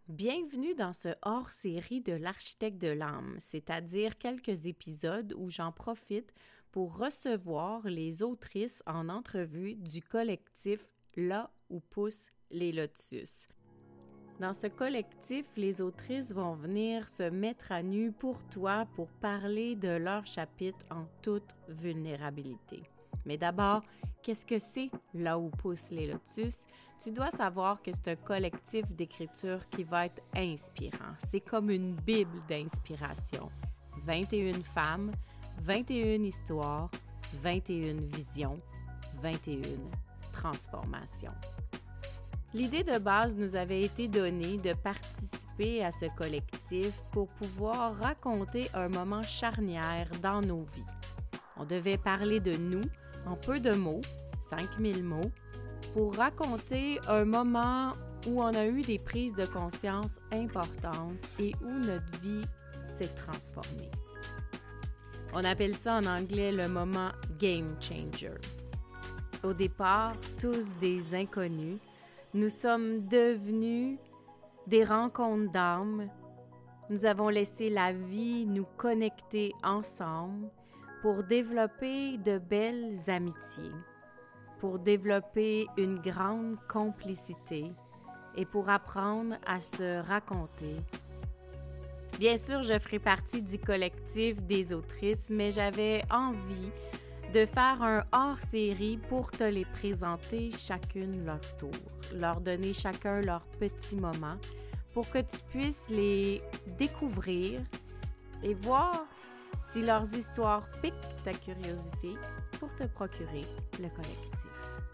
Bienvenue dans ce hors-série de l'Architecte de l'âme, c'est-à-dire quelques épisodes où j'en profite pour recevoir les autrices en entrevue du collectif Là où poussent les lotus. Dans ce collectif, les autrices vont venir se mettre à nu pour toi pour parler de leur chapitre en toute vulnérabilité. Mais d'abord, qu'est-ce que c'est Là où poussent les lotus? Tu dois savoir que c'est un collectif d'écriture qui va être inspirant. C'est comme une bible d'inspiration. 21 femmes, 21 histoires, 21 visions, 21 transformations. L'idée de base nous avait été donnée de participer à ce collectif pour pouvoir raconter un moment charnière dans nos vies. On devait parler de nous en peu de mots, 5000 mots, pour raconter un moment où on a eu des prises de conscience importantes et où notre vie s'est transformée. On appelle ça en anglais le moment game changer. Au départ, tous des inconnus, nous sommes devenus des rencontres d'âmes. Nous avons laissé la vie nous connecter ensemble pour développer de belles amitiés, pour développer une grande complicité et pour apprendre à se raconter. Bien sûr, je ferai partie du collectif des autrices, mais j'avais envie de faire un hors-série pour te les présenter chacune leur tour, leur donner chacun leur petit moment pour que tu puisses les découvrir et voir si leurs histoires piquent ta curiosité pour te procurer le collectif.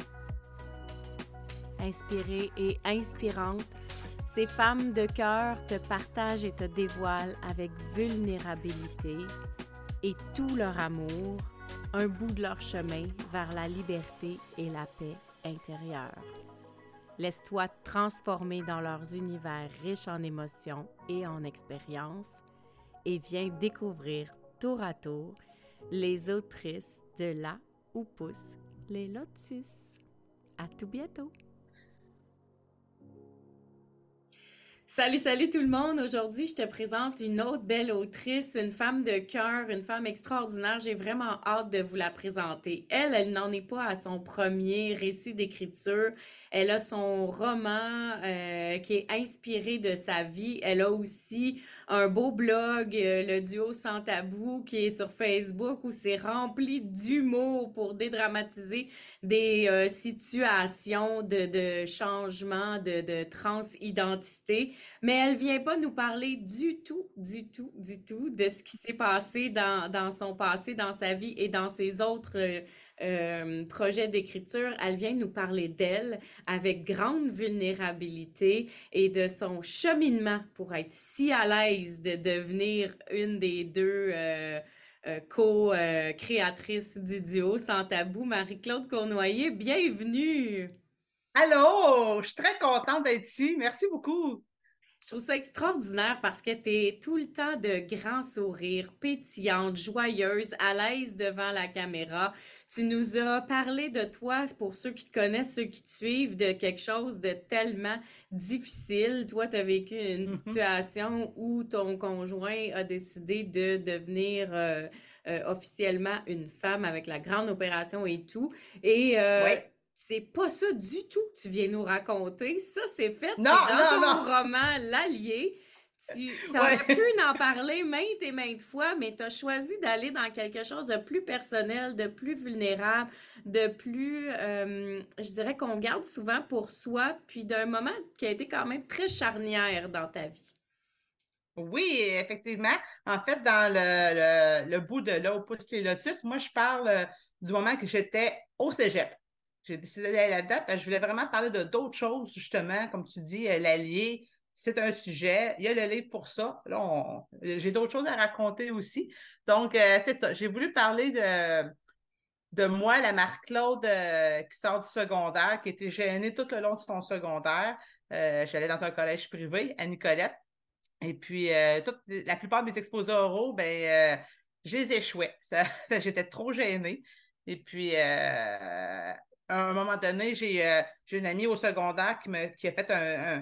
Inspirée et inspirante, ces femmes de cœur te partagent et te dévoilent avec vulnérabilité et tout leur amour, un bout de leur chemin vers la liberté et la paix intérieure. Laisse-toi transformer dans leurs univers riches en émotions et en expériences et viens découvrir tour à tour les autrices de Là où poussent les lotus. À tout bientôt! Salut tout le monde! Aujourd'hui, je te présente une autre belle autrice, une femme de cœur, une femme extraordinaire. J'ai vraiment hâte de vous la présenter. Elle n'en est pas à son premier récit d'écriture. Elle a son roman qui est inspiré de sa vie. Elle a aussi un beau blog, le duo Sans Tabou, qui est sur Facebook où c'est rempli d'humour pour dédramatiser des situations de changement, de transidentité. Mais elle vient pas nous parler du tout de ce qui s'est passé dans son passé, dans sa vie et dans ses autres projets d'écriture. Elle vient nous parler d'elle avec grande vulnérabilité et de son cheminement pour être si à l'aise de devenir une des deux co-créatrices du duo Sans Tabou. Marie-Claude Cournoyer, bienvenue! Allô, je suis très contente d'être ici. Merci beaucoup. Je trouve ça extraordinaire parce que tu es tout le temps de grands sourires, pétillante, joyeuse, à l'aise devant la caméra. Tu nous as parlé de toi, pour ceux qui te connaissent, ceux qui te suivent, de quelque chose de tellement difficile. Toi, tu as vécu une Mhm. situation où ton conjoint a décidé de devenir officiellement une femme avec la grande opération et tout. Et Oui. c'est pas ça du tout que tu viens nous raconter. Ça, c'est Non, dans non, non. ton roman L'Allié. Tu Oui. aurais pu en parler maintes et maintes fois, mais tu as choisi d'aller dans quelque chose de plus personnel, de plus vulnérable, de plus, je dirais, qu'on garde souvent pour soi, puis d'un moment qui a été quand même très charnière dans ta vie. Oui, effectivement. En fait, dans le bout de là où poussent les lotus, moi, je parle du moment que j'étais au cégep. J'ai décidé d'aller là-dedans parce que je voulais vraiment parler de d'autres choses, justement. Comme tu dis, l'allié, c'est un sujet. Il y a le livre pour ça. Là, j'ai d'autres choses à raconter aussi. Donc, c'est ça. J'ai voulu parler de moi, la Marc-Claude qui sort du secondaire, qui était gênée tout le long de son secondaire. J'allais dans un collège privé à Nicolette. Et puis, la plupart de mes exposés oraux, je les échouais. J'étais trop gênée. Et puis, à un moment donné, j'ai une amie au secondaire qui a fait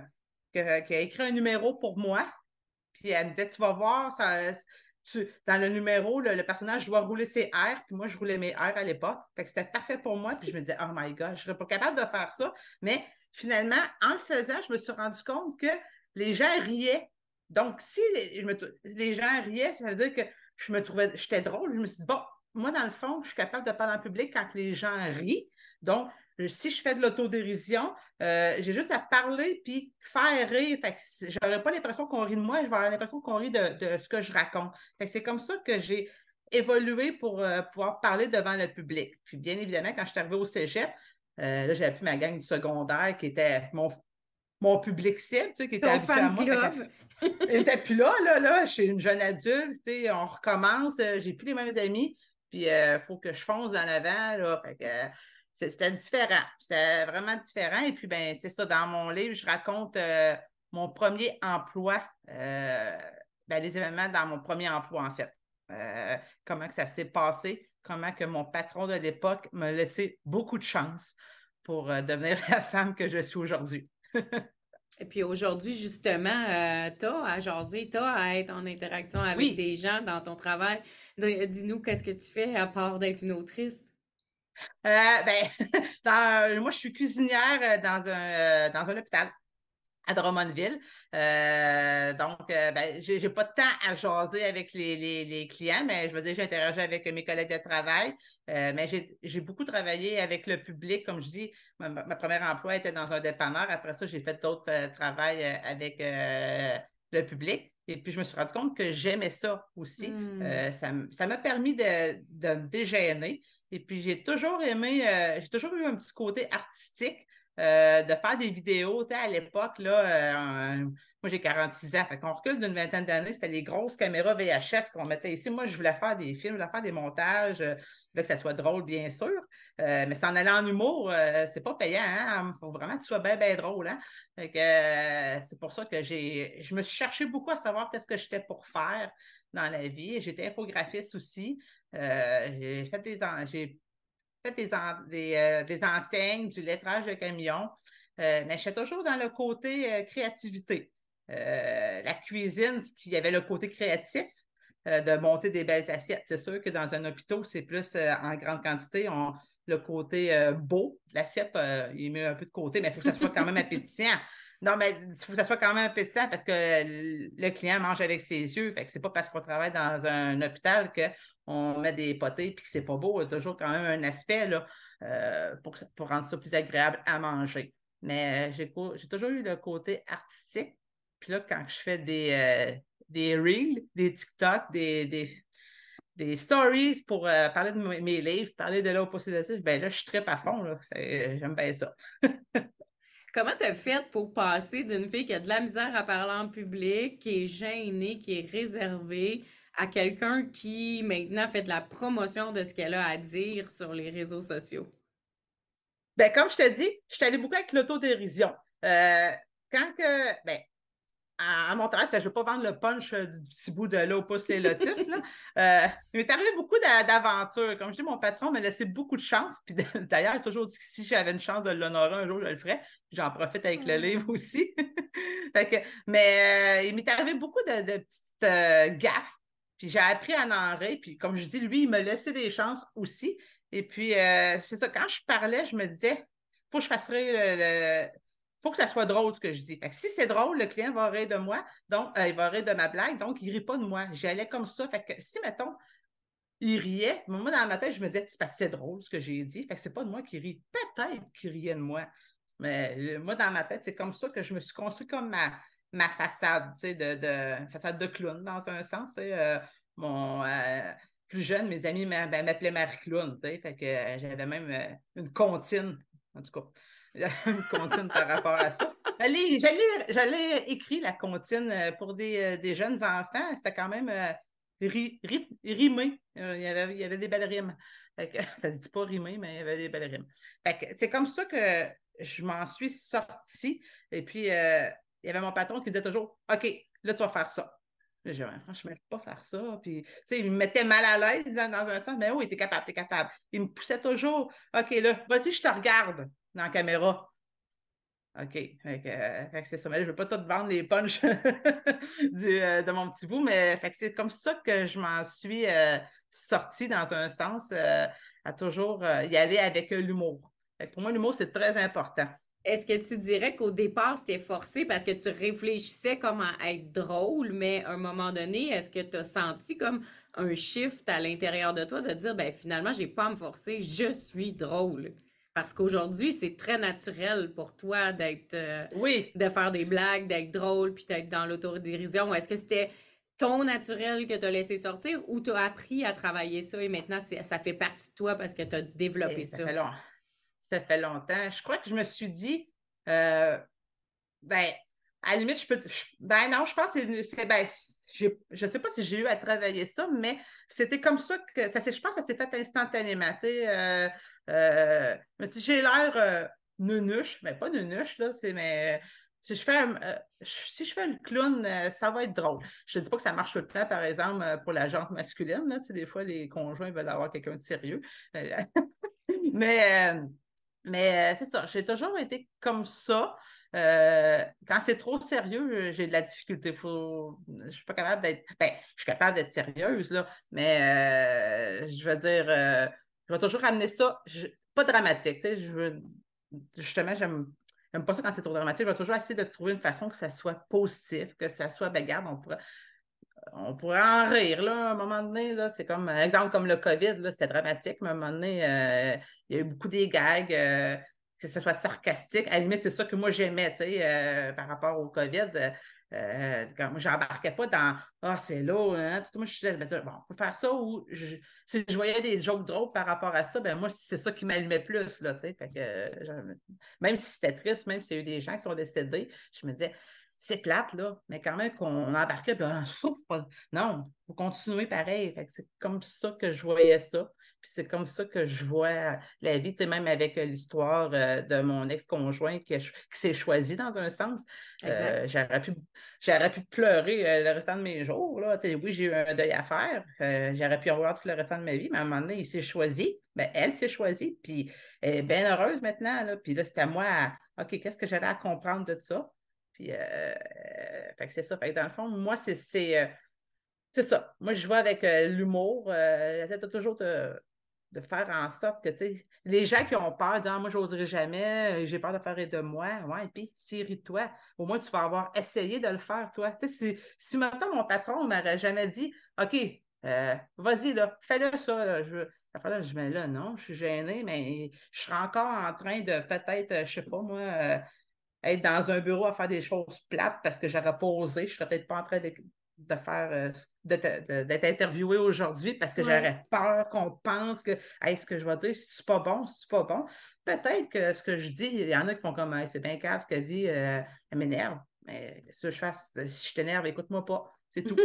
qui a écrit un numéro pour moi. Puis elle me disait, tu vas voir, dans le numéro, le personnage doit rouler ses airs, puis moi, je roulais mes airs à l'époque. Fait que c'était parfait pour moi. Puis je me disais, oh my God, je ne serais pas capable de faire ça. Mais finalement, en le faisant, je me suis rendu compte que les gens riaient. Donc, si les gens riaient, ça veut dire que j'étais drôle. Je me suis dit, bon, moi, dans le fond, je suis capable de parler en public quand les gens rient. Donc, si je fais de l'autodérision, j'ai juste à parler puis faire rire. Fait que je n'aurais pas l'impression qu'on rit de moi, je vais avoir l'impression qu'on rit de ce que je raconte. Fait que c'est comme ça que j'ai évolué pour pouvoir parler devant le public. Puis bien évidemment, quand je suis arrivée au cégep, là, j'avais plus ma gang du secondaire qui était mon public cible, tu sais, qui était Ton habitué à fan moi. club. Il n'était plus là, je suis une jeune adulte, tu sais, on recommence, j'ai plus les mêmes amis, puis il faut que je fonce dans l'avant, là. Fait que c'était différent. C'était vraiment différent. Et puis, ben, c'est ça, dans mon livre, je raconte mon premier emploi, ben, les événements dans mon premier emploi, en fait. Comment que ça s'est passé, comment que mon patron de l'époque m'a laissé beaucoup de chance pour devenir la femme que je suis aujourd'hui. Et puis aujourd'hui, justement, t'as à jaser, t'as à être en interaction avec Oui, des gens dans ton travail. Dis-nous, qu'est-ce que tu fais à part d'être une autrice? Ben, moi, je suis cuisinière dans un hôpital à Drummondville. Ben, j'ai pas de temps à jaser avec les clients, mais je veux dire, j'interagis avec mes collègues de travail. Mais j'ai beaucoup travaillé avec le public. Comme je dis, ma première emploi était dans un dépanneur. Après ça, j'ai fait d'autres travails avec le public. Et puis, je me suis rendu compte que j'aimais ça aussi. Hmm. Ça m'a permis de me dégêner. Et puis, j'ai toujours eu un petit côté artistique. De faire des vidéos. Tu sais, à l'époque, là, moi j'ai 46 ans, fait qu'on recule d'une vingtaine d'années, c'était les grosses caméras VHS qu'on mettait ici. Moi, je voulais faire des films, je voulais faire des montages, je voulais que ça soit drôle, bien sûr. Mais s'en aller en humour, c'est pas payant, hein? Il faut vraiment que tu sois bien, bien drôle, hein? Fait que, c'est pour ça que je me suis cherché beaucoup à savoir qu'est-ce que j'étais pour faire dans la vie. J'étais infographiste aussi. J'ai fait des enseignes, du lettrage de camions, mais j'étais toujours dans le côté créativité. La cuisine, il y avait le côté créatif de monter des belles assiettes. C'est sûr que dans un hôpital, c'est plus en grande quantité. Le côté beau de l'assiette, il met un peu de côté, mais il faut que ça soit quand même appétissant. Non, mais il faut que ça soit quand même appétissant parce que le client mange avec ses yeux. Fait que c'est pas parce qu'on travaille dans un hôpital qu'on met des potées et que c'est pas beau. Il y a toujours quand même un aspect là, pour rendre ça plus agréable à manger. Mais j'ai toujours eu le côté artistique. Puis là, quand je fais des reels, des TikTok, des stories pour parler de mes livres, parler de là au possibilité, ben là, je trippe à fond. Là. J'aime bien ça. Comment t'as fait pour passer d'une fille qui a de la misère à parler en public, qui est gênée, qui est réservée, à quelqu'un qui maintenant fait de la promotion de ce qu'elle a à dire sur les réseaux sociaux? Ben, comme je te dis, je suis allée beaucoup avec l'autodérision. Euh, ben, à mon travail, je ne veux pas vendre le punch du petit bout de là au pouce les lotus. Là. Il m'est arrivé beaucoup d'aventures. Comme je dis, mon patron m'a laissé beaucoup de chance. Puis d'ailleurs, il a toujours dit que si j'avais une chance de l'honorer un jour, je le ferais. J'en profite avec le livre Hmm. aussi. Mais il m'est arrivé beaucoup de petites gaffes. Puis j'ai appris à en rire. Puis comme je dis, lui, il m'a laissé des chances aussi. Et puis, c'est ça, quand je parlais, je me disais, faut que je fasse rire faut que ça soit drôle ce que je dis. Fait que si c'est drôle, le client va rire de moi, donc il va rire de ma blague, donc il ne rit pas de moi. J'allais comme ça. Fait que si, mettons, il riait, moi, dans ma tête, je me disais, c'est parce que c'est drôle ce que j'ai dit. Fait que c'est pas de moi qui rit. Peut-être qu'il riait de moi. Mais moi, dans ma tête, c'est comme ça que je me suis construit comme ma façade, tu sais, façade de clown, dans un sens. Mon plus jeune, mes amis m'appelaient Marie-Clown, tu sais. Fait que j'avais même une comptine, en tout cas. Une comptine par rapport à ça. J'allais écrire la comptine pour des jeunes enfants. C'était quand même rimé. Il y avait des belles rimes. Fait que, ça se dit pas rimé, mais il y avait des belles rimes. Fait que c'est comme ça que je m'en suis sortie. Et puis, il y avait mon patron qui me disait toujours OK, là, tu vas faire ça. Là, j'ai dit, franchement, je ne peux pas faire ça. Puis, tu sais, il me mettait mal à l'aise dans un sens, mais oui, t'es capable, t'es capable. Il me poussait toujours OK, là, vas-y, je te regarde dans la caméra. OK. Fait que c'est ça. Mais là, je ne veux pas tout vendre les punchs de mon petit bout, mais fait que c'est comme ça que je m'en suis sortie dans un sens à toujours y aller avec l'humour. Fait que pour moi, l'humour, c'est très important. Est-ce que tu dirais qu'au départ, c'était forcé parce que tu réfléchissais comme à être drôle, mais à un moment donné, est-ce que tu as senti comme un shift à l'intérieur de toi de dire, ben finalement, j'ai pas à me forcer, je suis drôle. Parce qu'aujourd'hui, c'est très naturel pour toi d'être, Oui. de faire des blagues, d'être drôle, puis d'être dans l'autodérision. Est-ce que c'était ton naturel que tu as laissé sortir ou tu as appris à travailler ça et maintenant ça fait partie de toi parce que tu as développé Et ça? ça fait longtemps. Je crois que je me suis dit, euh, ben, à la limite, ben non, je pense que ben, je sais pas si j'ai eu à travailler ça, mais c'était comme ça que je pense que ça s'est fait instantanément. Tu sais, mais si j'ai l'air nunuche, mais pas nunuche, là, mais si je fais le clown, ça va être drôle. Je te dis pas que ça marche tout le temps, par exemple, pour la jante masculine. Là, tu sais, des fois, les conjoints veulent avoir quelqu'un de sérieux. Mais, c'est ça, j'ai toujours été comme ça. Quand c'est trop sérieux, j'ai de la difficulté. Je suis pas capable d'être. Ben, je suis capable d'être sérieuse, là, mais je veux dire, je vais toujours amener ça. Pas dramatique, tu sais, justement, j'aime pas ça quand c'est trop dramatique. Je vais toujours essayer de trouver une façon que ça soit positif, que ça soit, ben, regarde, on pourrait en rire, là, à un moment donné. Là, c'est comme, exemple, comme le COVID, là, c'était dramatique, mais à un moment donné, il y a eu beaucoup des gags, que ce soit sarcastique. À la limite, c'est ça que moi, j'aimais, tu sais, par rapport au COVID. Quand moi, j'embarquais pas dans Ah, c'est lourd, hein. Puis moi, je disais, ben, bon, on peut faire ça ou si je voyais des jokes drôles par rapport à ça, ben moi, c'est ça qui m'allumait plus, là, tu sais. Fait que, même si c'était triste, même s'il y a eu des gens qui sont décédés, je me disais, c'est plate, là, mais quand même qu'on embarquait, puis, non, il faut continuer pareil. Fait que c'est comme ça que je voyais ça. Puis c'est comme ça que je vois la vie, tu sais, même avec l'histoire de mon ex-conjoint qui s'est choisi dans un sens. Exact. J'aurais pu pleurer le restant de mes jours, là. Tu sais, oui, j'ai eu un deuil à faire. J'aurais pu en avoir tout le restant de ma vie, mais à un moment donné, il s'est choisi. Ben, elle s'est choisie, puis elle est bien heureuse maintenant, là. Puis là, c'est à moi, OK, qu'est-ce que j'avais à comprendre de ça? Puis, fait que c'est ça. Fait que dans le fond, moi, c'est ça. Moi, je vois avec l'humour. J'essaie toujours de faire en sorte que, tu sais, les gens qui ont peur, disant, moi, je n'oserais jamais, j'ai peur de faire rire de moi. Ouais, et puis, si ris de toi, au moins, tu vas avoir essayé de le faire, toi. Tu sais, si maintenant mon patron ne m'aurait jamais dit, OK, vas-y, là, fais-le ça, là, après, là, je dis, mais là, non, je suis gênée, mais je serais encore en train de peut-être, je sais pas, moi, être dans un bureau à faire des choses plates parce que j'aurais pas osé. Je serais peut-être pas en train de faire d'être interviewé aujourd'hui parce que Ouais. j'aurais peur qu'on pense que hey, ce que je vais dire, c'est pas bon, c'est pas bon. Peut-être que ce que je dis, il y en a qui font comme hey, c'est bien grave ce qu'elle dit, elle m'énerve. Mais ce que je fasse, si je t'énerve, écoute-moi pas. C'est tout.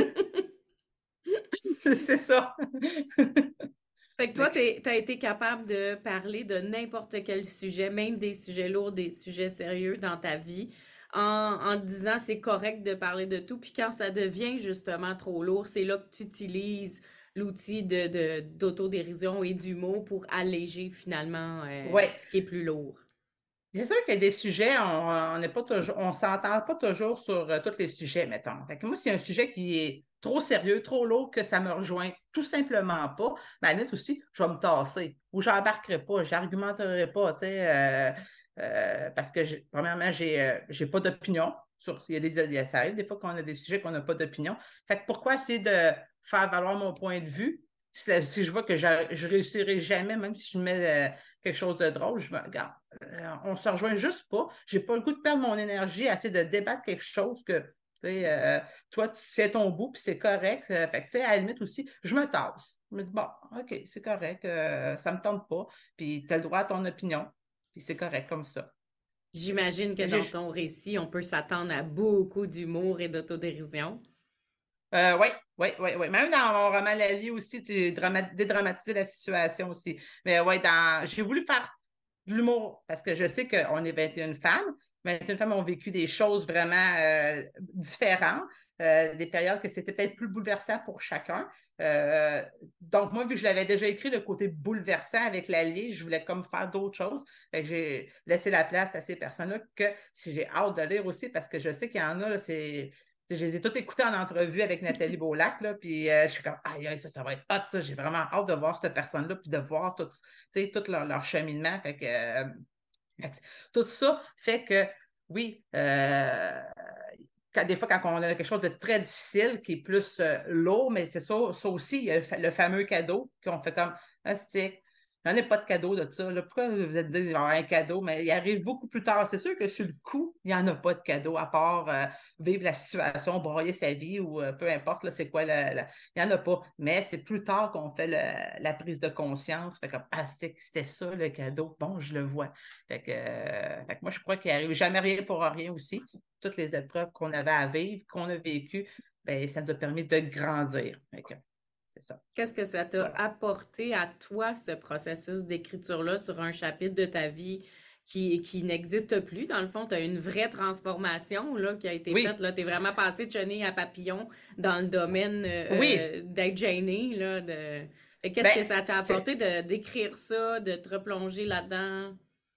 C'est ça. Fait que toi, t'as été capable de parler de n'importe quel sujet, même des sujets lourds, des sujets sérieux dans ta vie, en te disant c'est correct de parler de tout. Puis quand ça devient justement trop lourd, c'est là que tu utilises l'outil d'autodérision et d'humour pour alléger finalement Oui. ce qui est plus lourd. C'est sûr qu'il y a des sujets, on n'est pas toujours, on s'entend pas toujours sur tous les sujets, mettons. Fait que moi, c'est un sujet qui est trop sérieux, trop lourd, que ça me rejoint tout simplement pas, mais à la limite aussi, je vais me tasser ou j'embarquerai pas, j'argumenterai pas, tu sais, parce que, premièrement, j'ai pas d'opinion. Ça arrive des fois qu'on a des sujets qu'on n'a pas d'opinion. Fait que pourquoi essayer de faire valoir mon point de vue si je vois que je réussirai jamais, même si je mets quelque chose de drôle, je me regarde on se rejoint juste pas. J'ai pas le goût de perdre mon énergie à essayer de débattre quelque chose que, tu sais, toi, tu sais ton bout, puis c'est correct. Fait que, tu sais, à la limite aussi, je me tasse. Je me dis, bon, OK, c'est correct, ça me tente pas, puis tu as le droit à ton opinion, puis c'est correct comme ça. J'imagine que Fait que dans ton récit, on peut s'attendre à beaucoup d'humour et d'autodérision. oui, oui, oui, oui. Même dans mon roman La vie aussi, tu dédramatiser la situation aussi. Mais oui, j'ai voulu faire de l'humour parce que je sais qu'on est 21 femmes, 21 femmes ont vécu des choses vraiment différentes, des périodes que c'était peut-être plus bouleversant pour chacun. Donc, moi, vu que je l'avais déjà écrit, le côté bouleversant avec l'allié, je voulais comme faire d'autres choses. Fait que j'ai laissé la place à ces personnes-là que si j'ai hâte de lire aussi, parce que je sais qu'il y en a, là, je les ai toutes écoutées en entrevue avec Nathalie Beaulac, là, puis je suis comme, aïe, aïe, ça va être hot, ça. J'ai vraiment hâte de voir cette personne-là, puis de voir tout leur cheminement. Fait que, tout ça fait que, oui, des fois, quand on a quelque chose de très difficile, qui est plus lourd, mais c'est ça aussi, il y a le fameux cadeau qu'on fait comme, ah, j'en ai pas de cadeau de ça. Là. Pourquoi vous êtes dit qu'il y aura un cadeau? Mais il arrive beaucoup plus tard. C'est sûr que sur le coup, il n'y en a pas de cadeau, à part vivre la situation, broyer sa vie ou peu importe, là, c'est quoi. Il n'y en a pas. Mais c'est plus tard qu'on fait la prise de conscience. Fait comme, ah, c'était ça le cadeau. Bon, je le vois. Fait que moi, je crois qu'il n'arrive jamais rien pour rien aussi. Toutes les épreuves qu'on avait à vivre, qu'on a vécues, ben, ça nous a permis de grandir. C'est ça. Qu'est-ce que ça t'a Voilà. apporté à toi, ce processus d'écriture-là sur un chapitre de ta vie qui n'existe plus? Dans le fond, tu as une vraie transformation là, qui a été faite. Oui, Tu es vraiment passé de chenille à papillon dans le domaine oui. d'être gêné. Là, Et qu'est-ce Ben, que ça t'a apporté d'écrire ça, de te replonger là-dedans?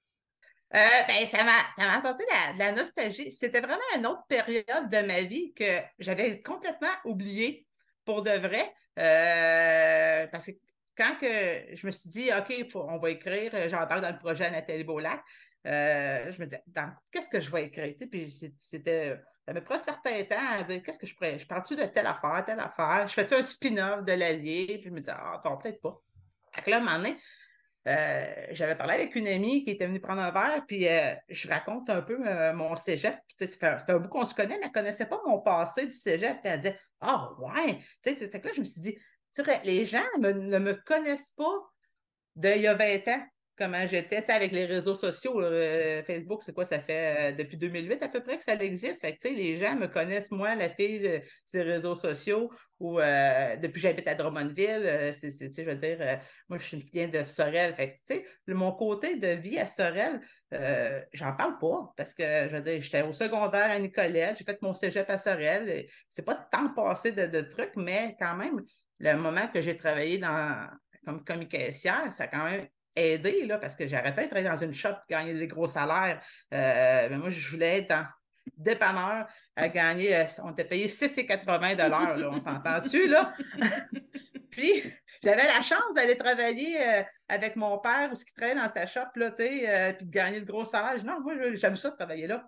ben, ça m'a apporté de la nostalgie. C'était vraiment une autre période de ma vie que j'avais complètement oubliée pour de vrai. Parce que quand que je me suis dit, OK, on va écrire, j'en parle dans le projet à Nathalie Beaulac, je me disais, qu'est-ce que je vais écrire? Tu sais, puis ça me prend un certain temps à dire, qu'est-ce que je pourrais, je parle-tu de telle affaire, je fais-tu un spin-off de l'Allier? Puis je me disais, ah, non, peut-être pas. Fait que là, à un moment donné, j'avais parlé avec une amie qui était venue prendre un verre, puis je raconte un peu mon cégep. Ça fait un bout qu'on se connaît, mais elle ne connaissait pas mon passé du cégep. Puis elle disait, ah, ouais. Fait que là, je me suis dit, c'est vrai, les gens ne me connaissent pas d'il y a 20 ans, comment j'étais, avec les réseaux sociaux. Facebook, c'est quoi, ça fait depuis 2008 à peu près que ça existe. Fait que, les gens me connaissent, moi, la fille sur les réseaux sociaux, ou depuis que j'habite à Drummondville, je veux dire, moi, je suis une fille de Sorel. Fait que, mon côté de vie à Sorel, j'en parle pas, parce que, je veux dire, j'étais au secondaire à Nicolette, j'ai fait mon cégep à Sorel. C'est pas tant passé de trucs, mais quand même, le moment que j'ai travaillé comme caissière, ça a quand même aidé, là, parce que j'aurais pas travailler dans une shop, gagner des gros salaires. Mais moi, je voulais être en dépanneur à gagner, on était payé 6,80 là, on s'entend-tu, là? Puis, j'avais la chance d'aller travailler avec mon père, ou ce qui travaillait dans sa shop, là, puis de gagner le gros salaire. Non, moi, j'aime ça, travailler là.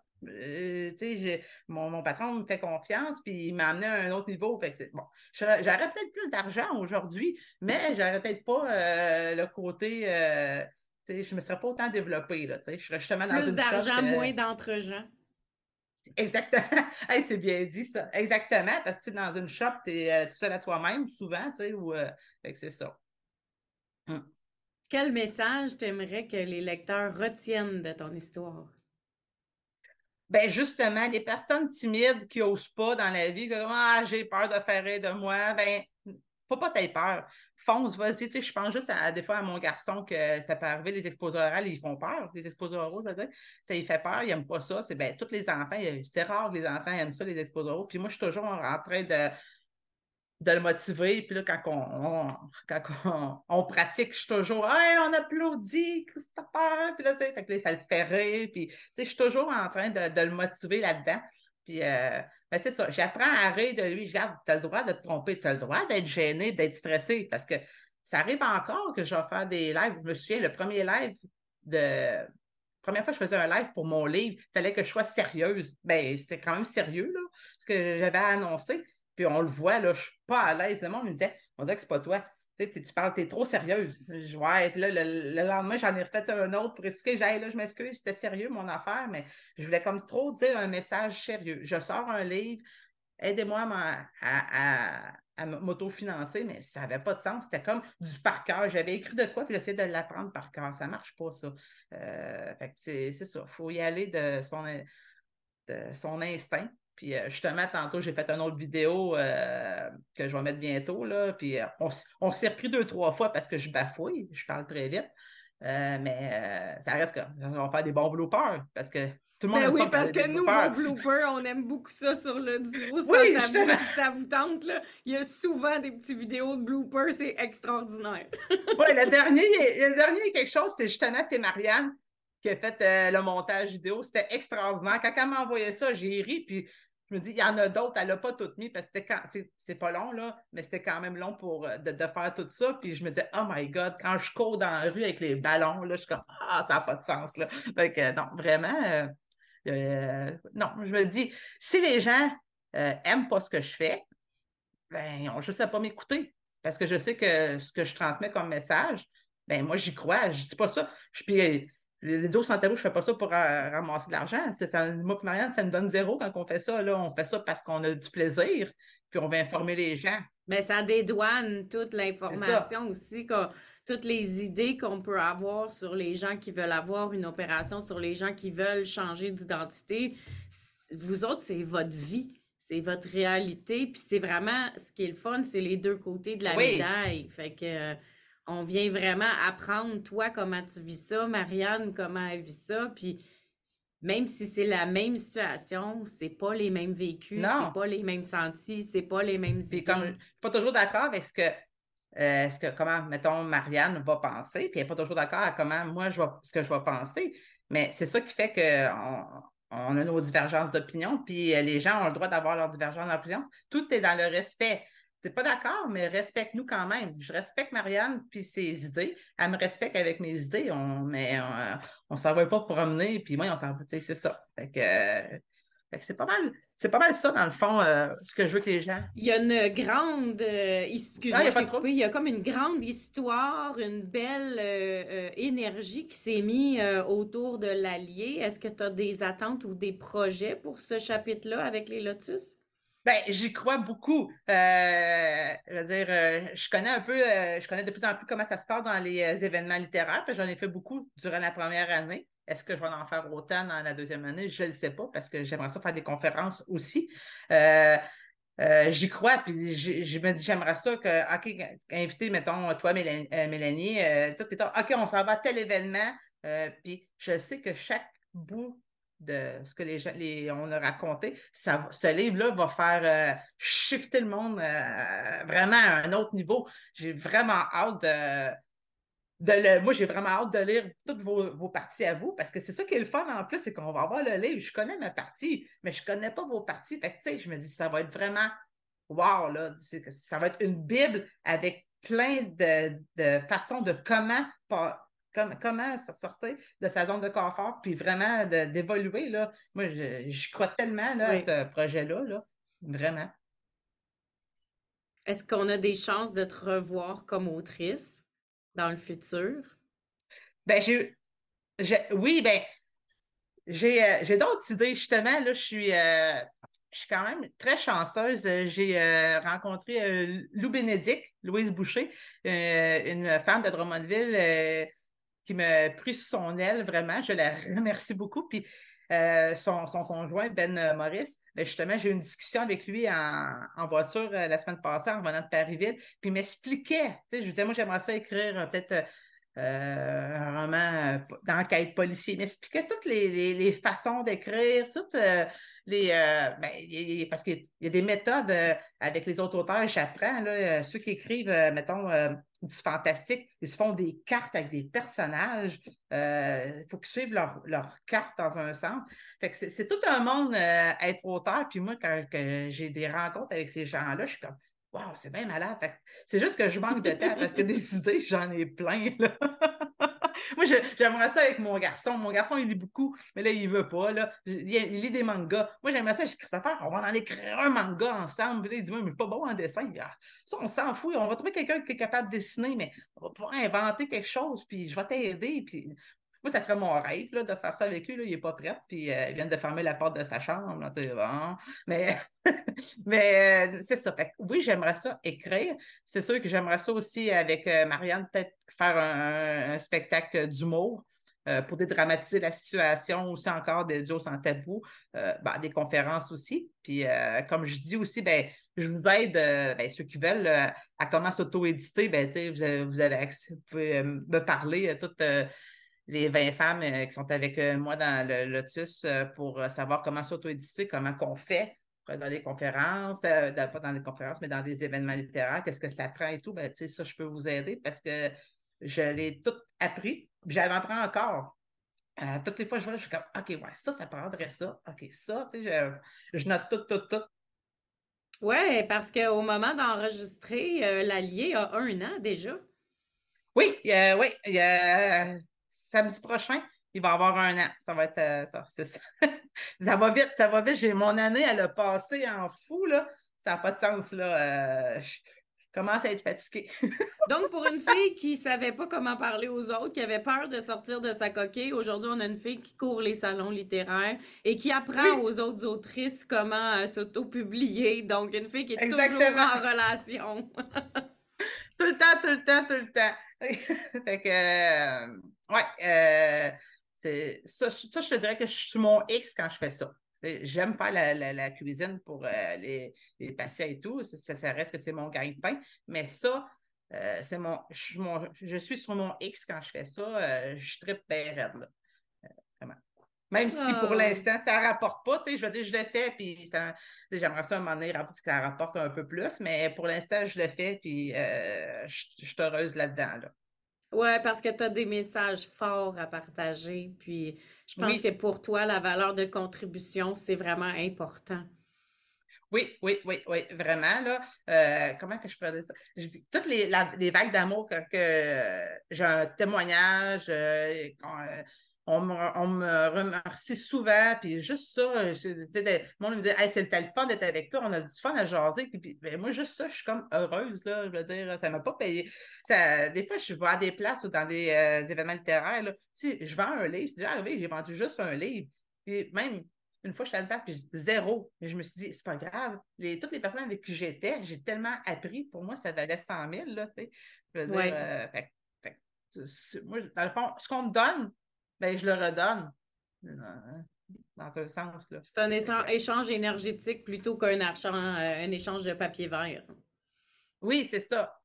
Mon patron me fait confiance, puis il m'a amené à un autre niveau. Fait que bon, j'aurais peut-être plus d'argent aujourd'hui, mais j'aurais peut-être pas le côté. Je ne me serais pas autant développée. Là, je serais justement dans Plus une shop. d'argent, moins d'entre-gens. Exactement. Hey, c'est bien dit, ça. Exactement, parce que dans une shop, tu es tout seul à toi-même, souvent, fait que c'est ça. Hum. Quel message t'aimerais que les lecteurs retiennent de ton histoire? Ben justement, les personnes timides qui n'osent pas dans la vie, comme ah, j'ai peur de faire rire de moi, ben, faut pas t'aies peur. Fonce, vas-y. Je pense juste des fois à mon garçon que ça peut arriver, les exposés oraux, ils font peur. Les exposés oraux, je veux dire, ça il fait peur, il n'aime pas ça. Ben, tous les enfants, c'est rare que les enfants aiment ça, les exposés oraux. Puis moi, je suis toujours en train de le motiver. Puis là, quand on pratique, je suis toujours hey, on applaudit, Christopher. Puis là, fait que là, ça le fait rire. Puis je suis toujours en train de le motiver là-dedans. Puis ben, c'est ça. J'apprends à rire de lui. Je regarde, tu as le droit de te tromper, tu as le droit d'être gêné, d'être stressé. Parce que ça arrive encore que je vais faire des lives. Je me souviens, le premier live de. Première fois que je faisais un live pour mon livre, il fallait que je sois sérieuse. Ben, c'était quand même sérieux, là, ce que j'avais annoncé. Puis on le voit, là, je suis pas à l'aise. Le monde me disait, on dirait que c'est pas toi. Tu parles, t'es trop sérieuse. Ouais, puis là, le lendemain, j'en ai refait un autre pour expliquer, j'ai là, je m'excuse, c'était sérieux mon affaire, mais je voulais comme trop dire un message sérieux. Je sors un livre, aidez-moi à m'autofinancer, mais ça n'avait pas de sens. C'était comme du par cœur. J'avais écrit de quoi, puis j'essayais de l'apprendre par cœur. Ça ne marche pas, ça. Fait que c'est ça. Il faut y aller de son instinct. Puis justement, tantôt, j'ai fait une autre vidéo que je vais mettre bientôt. Là, puis on s'est repris 2, 3 fois parce que je bafouille, je parle très vite. Mais ça reste qu'on va faire des bons bloopers parce que tout le monde Ben aime oui, ça parce regarder des que nous, vos bloopers. bloopers, on aime beaucoup ça sur le duo Oui, sans tabou. justement. Si ça vous tente, là, il y a souvent des petites vidéos de bloopers, c'est extraordinaire. Oui, le dernier quelque chose, c'est Marianne qui a fait le montage vidéo. C'était extraordinaire. Quand elle m'a envoyé ça, j'ai ri, puis je me dis, il y en a d'autres, elle l'a pas toutes mis, parce que c'est pas long, là, mais c'était quand même long de faire tout ça. Puis je me disais, oh my God, quand je cours dans la rue avec les ballons, là, je suis comme, ah, ça n'a pas de sens, là. Fait que non, vraiment, non, je me dis, si les gens aiment pas ce que je fais, ben, ils n'ont juste à pas m'écouter. Parce que je sais que ce que je transmets comme message, ben moi, j'y crois. Je dis pas ça. Puis, les dos sans tabou, je fais pas ça pour ramasser de l'argent. Moi et Marianne, ça nous donne zéro quand on fait ça. Là. On fait ça parce qu'on a du plaisir, puis on veut informer les gens. Mais ça dédouane toute C'est ça. l'information aussi, toutes les idées qu'on peut avoir sur les gens qui veulent avoir une opération, sur les gens qui veulent changer d'identité. Vous autres, c'est votre vie, c'est votre réalité, puis c'est vraiment, ce qui est le fun, c'est les deux côtés de la Oui. médaille. Fait que, on vient vraiment apprendre, toi, comment tu vis ça, Marianne, comment elle vit ça, puis même si c'est la même situation, c'est pas les mêmes vécus, c'est Non. pas les mêmes sentis, c'est pas les mêmes Puis comme je idées. suis pas toujours d'accord avec comment, mettons, Marianne va penser, puis elle n'est pas toujours d'accord avec comment moi, ce que je vais penser. Mais c'est ça qui fait qu'on a nos divergences d'opinion, puis les gens ont le droit d'avoir leurs divergences d'opinion. Tout est dans le respect. Tu n'es pas d'accord, mais respecte-nous quand même. Je respecte Marianne puis ses idées. Elle me respecte avec mes idées. On ne s'en va pas promener, puis moi, on s'en va, tu sais, c'est ça. Fait que c'est pas mal ça, dans le fond, ce que je veux que les gens. Il y a une grande, Ah, il n'y excuse-moi, a je pas t'ai de trouble. coupé, il y a comme une grande histoire, une belle énergie qui s'est mise autour de l'Allier. Est-ce que tu as des attentes ou des projets pour ce chapitre-là avec les Lotus? Ben, j'y crois beaucoup. Je veux dire, je connais de plus en plus comment ça se passe dans les événements littéraires, puis j'en ai fait beaucoup durant la première année. Est-ce que je vais en faire autant dans la deuxième année? Je ne le sais pas, parce que j'aimerais ça faire des conférences aussi. Euh, j'y crois, puis je me dis, j'aimerais ça que, OK, inviter, mettons, toi, Mélanie, tout les temps, OK, on s'en va à tel événement, puis je sais que chaque bout de ce que on a raconté, ce livre-là va faire shifter le monde vraiment à un autre niveau. J'ai vraiment hâte moi, j'ai vraiment hâte de lire toutes vos parties à vous, parce que c'est ça qui est le fun en plus, c'est qu'on va avoir le livre. Je connais ma partie, mais je ne connais pas vos parties. Fait que, tu sais, je me dis, ça va être vraiment wow, là. Ça va être une Bible avec plein de façons de comment se sortir de sa zone de confort, puis vraiment d'évoluer, là. Moi, j'y crois tellement, là, à Oui. ce projet-là, là. Vraiment. Est-ce qu'on a des chances de te revoir comme autrice dans le futur? Ben, oui, ben, j'ai d'autres idées, justement. Là, je suis quand même très chanceuse. J'ai rencontré Lou Bénédicte, Louise Boucher, une femme de Drummondville qui m'a pris sous son aile, vraiment. Je la remercie beaucoup. Puis son conjoint, Ben Maurice, ben, justement, j'ai eu une discussion avec lui en voiture la semaine passée en revenant de Paris-Ville. Puis il m'expliquait, tu sais, je lui disais, moi, j'aimerais ça écrire peut-être un roman d'enquête policier. Il m'expliquait toutes les façons d'écrire, toutes parce qu'il y a des méthodes avec les autres auteurs, j'apprends, là, ceux qui écrivent, mettons, du fantastique, ils se font des cartes avec des personnages. Il faut qu'ils suivent leur carte dans un sens. Fait que c'est tout un monde être auteur. Puis moi, quand j'ai des rencontres avec ces gens-là, je suis comme wow, c'est bien malade. C'est juste que je manque de temps parce que des idées, j'en ai plein. Là. Moi, j'aimerais ça avec mon garçon. Mon garçon, il lit beaucoup, mais là, il veut pas. Là. Il lit des mangas. Moi, j'aimerais ça, Christopher, on va en écrire un manga ensemble. Puis là, il dit, moi, mais pas bon en dessin. Ah, ça, on s'en fout. On va trouver quelqu'un qui est capable de dessiner, mais on va pouvoir inventer quelque chose, puis je vais t'aider. Puis moi, ça serait mon rêve là, de faire ça avec lui. Là. Il n'est pas prêt, puis il vient de fermer la porte de sa chambre. Là, bon. Mais, c'est ça. Fait que, oui, j'aimerais ça écrire. C'est sûr que j'aimerais ça aussi avec Marianne, peut-être faire un spectacle d'humour. pour dédramatiser la situation, aussi encore des duos sans tabou, des conférences aussi. Puis, comme je dis aussi, je vous aide, ceux qui veulent, à comment s'auto-éditer, vous avez accès, vous pouvez me parler, toutes les 20 femmes qui sont avec moi dans le Lotus pour savoir comment s'auto-éditer, comment qu'on fait dans des conférences, pas dans des conférences, mais dans des événements littéraires, qu'est-ce que ça prend et tout, ça, je peux vous aider parce que je l'ai tout appris, puis j'en apprends encore. Toutes les fois que je vois là, je suis comme, OK, ouais, ça prendrait ça. OK, ça, je note tout. Ouais, parce qu'au moment d'enregistrer, l'Allier a 1 an déjà. Oui, oui, samedi prochain, il va y avoir 1 an. Ça va être ça, c'est ça. Ça va vite, ça va vite. Mon année, elle a passé en fou, là. Ça n'a pas de sens, là. Je commence à être fatiguée. Donc, pour une fille qui savait pas comment parler aux autres, qui avait peur de sortir de sa coquille, aujourd'hui, on a une fille qui court les salons littéraires et qui apprend Oui, aux autres autrices comment s'auto-publier. Donc, une fille qui est toujours exactement. en relation. Tout le temps, tout le temps, tout le temps. Fait que, ouais, ça, je te dirais que je suis sur mon X quand je fais ça. J'aime faire la cuisine pour les patients et tout. Ça reste que c'est mon gagne-pain. Mais ça, je suis sur mon X quand je fais ça. Je trippe bien raide, là. Vraiment. Même si pour Ah. l'instant, ça ne rapporte pas, je veux dire, je le fais, puis j'aimerais ça un moment donné que ça rapporte un peu plus, mais pour l'instant, je le fais, puis je suis heureuse là-dedans. Là. Ouais, parce que tu as des messages forts à partager. Puis, je pense que Oui, pour toi, la valeur de contribution, c'est vraiment important. oui, vraiment, là. Comment que je pourrais dire ça? Toutes les vagues d'amour que j'ai un témoignage, on me remercie souvent, puis juste ça, le monde me dit, hey, c'était le fun d'être avec toi, on a du fun à jaser, puis moi, juste ça, je suis comme heureuse, là, je veux dire, ça m'a pas payé. Des fois, je vais à des places ou dans des événements littéraires, là, je vends un livre, c'est déjà arrivé, j'ai vendu juste un livre, puis même une fois, je suis à une place, puis zéro. Mais je me suis dit, c'est pas grave. Toutes les personnes avec qui j'étais, j'ai tellement appris. Pour moi, ça valait 100 000, là, tu sais. Je veux dire, Ouais. moi, dans le fond, ce qu'on me donne, je le redonne. Dans un sens, là. C'est un Fait que, échange énergétique plutôt qu'un un échange de papier vert. oui, c'est ça.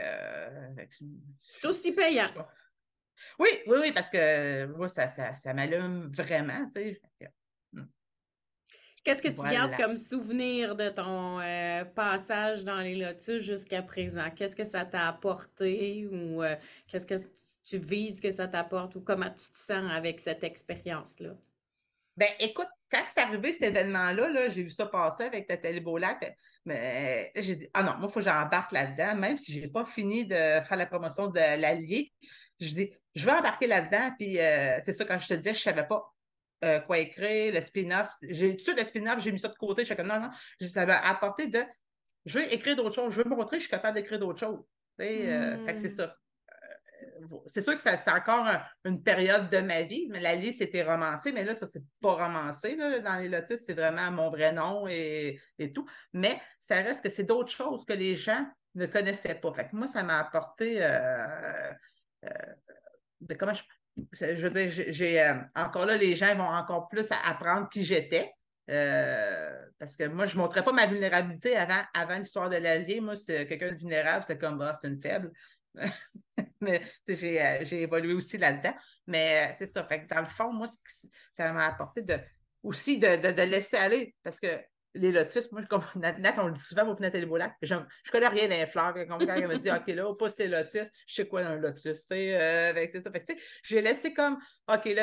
C'est aussi payant. je- oui, parce que moi, ça m'allume vraiment, tu sais. Hmm, Qu'est-ce que tu gardes voilà. comme souvenir de ton passage dans les lotus jusqu'à présent? Qu'est-ce que ça t'a apporté ou qu'est-ce que tu vises que ça t'apporte ou comment tu te sens avec cette expérience-là? Écoute, quand c'est arrivé cet événement-là, là, j'ai vu ça passer avec Nathalie Beaulac, mais j'ai dit, ah non, moi, il faut que j'embarque là-dedans, même si je n'ai pas fini de faire la promotion de l'Allier. Je dis, je vais embarquer là-dedans, puis c'est ça, quand je te disais, je ne savais pas quoi écrire, le spin-off. Tout de suite, le spin-off, j'ai mis ça de côté. Je suis comme, non, non, ça m'a apporté je veux écrire d'autres choses, je veux montrer que je suis capable d'écrire d'autres choses. Fait que c'est Hmm. ça. C'est sûr que c'est encore une période de ma vie, mais la liste était romancée, mais là, ça, c'est pas romancé. Là, dans les Lotus, c'est vraiment mon vrai nom et tout. Mais ça reste que c'est d'autres choses que les gens ne connaissaient pas. Fait que moi, ça m'a apporté euh, comment je veux dire, encore là, les gens vont encore plus apprendre qui j'étais. Parce que moi, je ne montrais pas ma vulnérabilité avant l'histoire de l'Allier. Moi, c'est quelqu'un de vulnérable, c'était comme, c'est une faible. Mais j'ai évolué aussi là-dedans. Mais c'est ça. Fait que dans le fond, moi, ça m'a apporté aussi de laisser aller. Parce que les lotus, moi, comme Nat, on le dit souvent, pour Nathalie Beaulac, je connais rien des fleurs. Comme quand elle me dit, OK, là, on pousse les lotus, je sais quoi un lotus. C'est ça. Fait que, j'ai laissé comme, OK, là,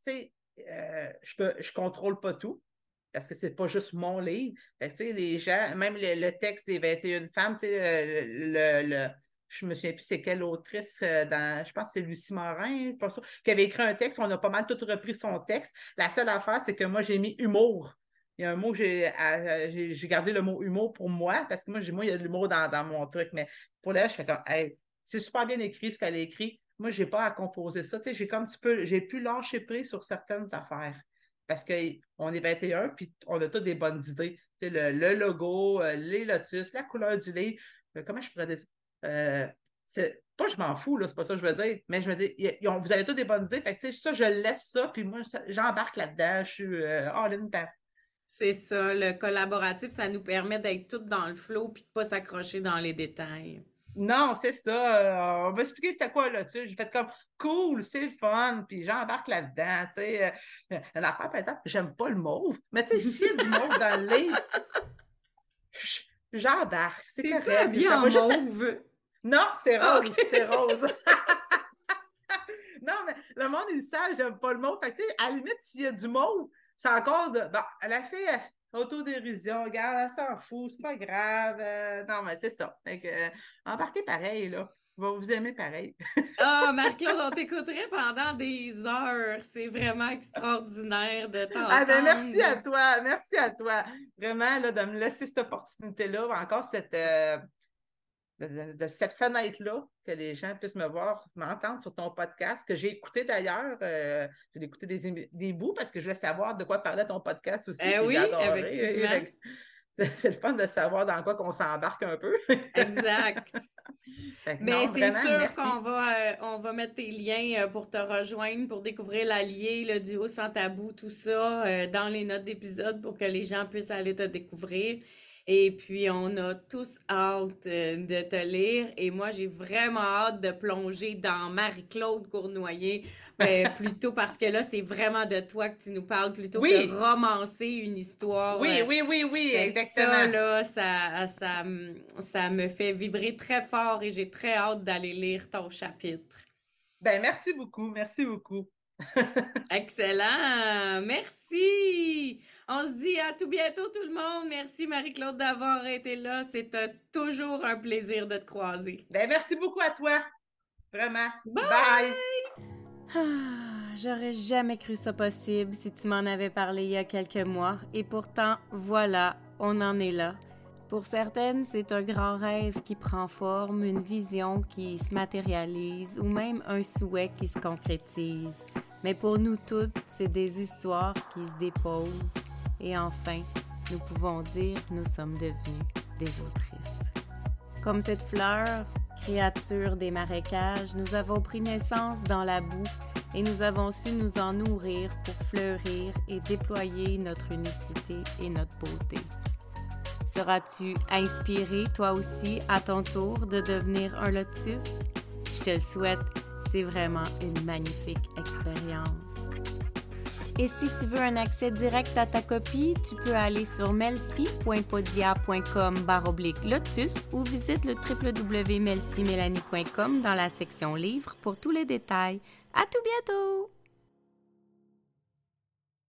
je contrôle pas tout parce que c'est pas juste mon livre. Fait que, les gens, même le texte des 21 femmes, je me souviens plus c'est quelle autrice je pense que c'est Lucie Morin, pas sûr, qui avait écrit un texte, on a pas mal tout repris son texte. La seule affaire, c'est que moi, j'ai mis humour. Il y a un mot, j'ai gardé le mot humour pour moi, parce que moi, il y a de l'humour dans mon truc, mais pour là, je fais comme, hey, c'est super bien écrit ce qu'elle a écrit. Moi, j'ai pas à composer ça. J'ai pu lâcher prise sur certaines affaires. Parce qu'on est 21, puis on a toutes des bonnes idées. Le logo, les lotus, la couleur du livre. Comment je pourrais dire ça? Pas je m'en fous, là, c'est pas ça que je veux dire, mais je me dis, vous avez tous des bonnes idées, fait que tu sais, ça, je laisse ça, puis moi, j'embarque là-dedans, je suis all-in par. C'est ça, le collaboratif, ça nous permet d'être tous dans le flow puis de pas s'accrocher dans les détails. Non, c'est ça. On m'a expliqué c'était quoi là-dessus. J'ai fait comme cool, c'est le fun, puis j'embarque là-dedans. Tu sais, une affaire, par exemple, j'aime pas le mauve, mais tu sais, s'il y a du mauve dans le livre, j'embarque, c'est T'es-tu correct. habillée Ça en va juste. mauve? Non, c'est rose, OK. c'est rose. Non, mais le monde, ils savent, j'aime pas le mauve. Fait que, tu sais, à la limite, s'il y a du mauve, c'est encore de. Bon, elle a fait autodérision, regarde, elle s'en fout, c'est pas grave. Non, mais c'est ça. Fait que, embarquez pareil, là. Vous aimer pareil. Ah, Marie-Claude, on t'écouterait pendant des heures. C'est vraiment extraordinaire de Ah ben merci à t'entendre. toi, merci à toi. Vraiment, là, de me laisser cette opportunité-là, encore de cette fenêtre-là, que les gens puissent me voir, m'entendre sur ton podcast, que j'ai écouté d'ailleurs. J'ai écouté des bouts parce que je voulais savoir de quoi parlait ton podcast aussi, Eh puis j'ai oui, adoré. effectivement. C'est le fun de savoir dans quoi qu'on s'embarque un peu. Exact. Fait que Mais non, c'est vraiment, sûr merci. on va mettre tes liens pour te rejoindre, pour découvrir l'Allier, le duo sans tabou, tout ça, dans les notes d'épisode pour que les gens puissent aller te découvrir. Et puis, on a tous hâte de te lire. Et moi, j'ai vraiment hâte de plonger dans Marie-Claude Cournoyer, plutôt parce que là, c'est vraiment de toi que tu nous parles plutôt que Oui, romancer une histoire. oui, oui, oui, oui, Fait que ça, exactement. là, ça me fait vibrer très fort et j'ai très hâte d'aller lire ton chapitre. Ben, merci beaucoup, merci beaucoup. Excellent! Merci! On se dit à tout bientôt tout le monde. Merci Marie-Claude d'avoir été là. C'est toujours un plaisir de te croiser. Ben, merci beaucoup à toi, vraiment. Bye! Bye! J'aurais jamais cru ça possible si tu m'en avais parlé il y a quelques mois. Et pourtant, voilà, on en est là. Pour certaines, c'est un grand rêve qui prend forme, une vision qui se matérialise ou même un souhait qui se concrétise. Mais pour nous toutes, c'est des histoires qui se déposent. Et enfin, nous pouvons dire nous sommes devenus des autrices. Comme cette fleur, créature des marécages, nous avons pris naissance dans la boue et nous avons su nous en nourrir pour fleurir et déployer notre unicité et notre beauté. Seras-tu inspiré, toi aussi, à ton tour, de devenir un lotus? Je te le souhaite, c'est vraiment une magnifique expérience. Et si tu veux un accès direct à ta copie, tu peux aller sur melcy.podia.com/lotus ou visite le www.melcymélanie.com dans la section livres pour tous les détails. À tout bientôt!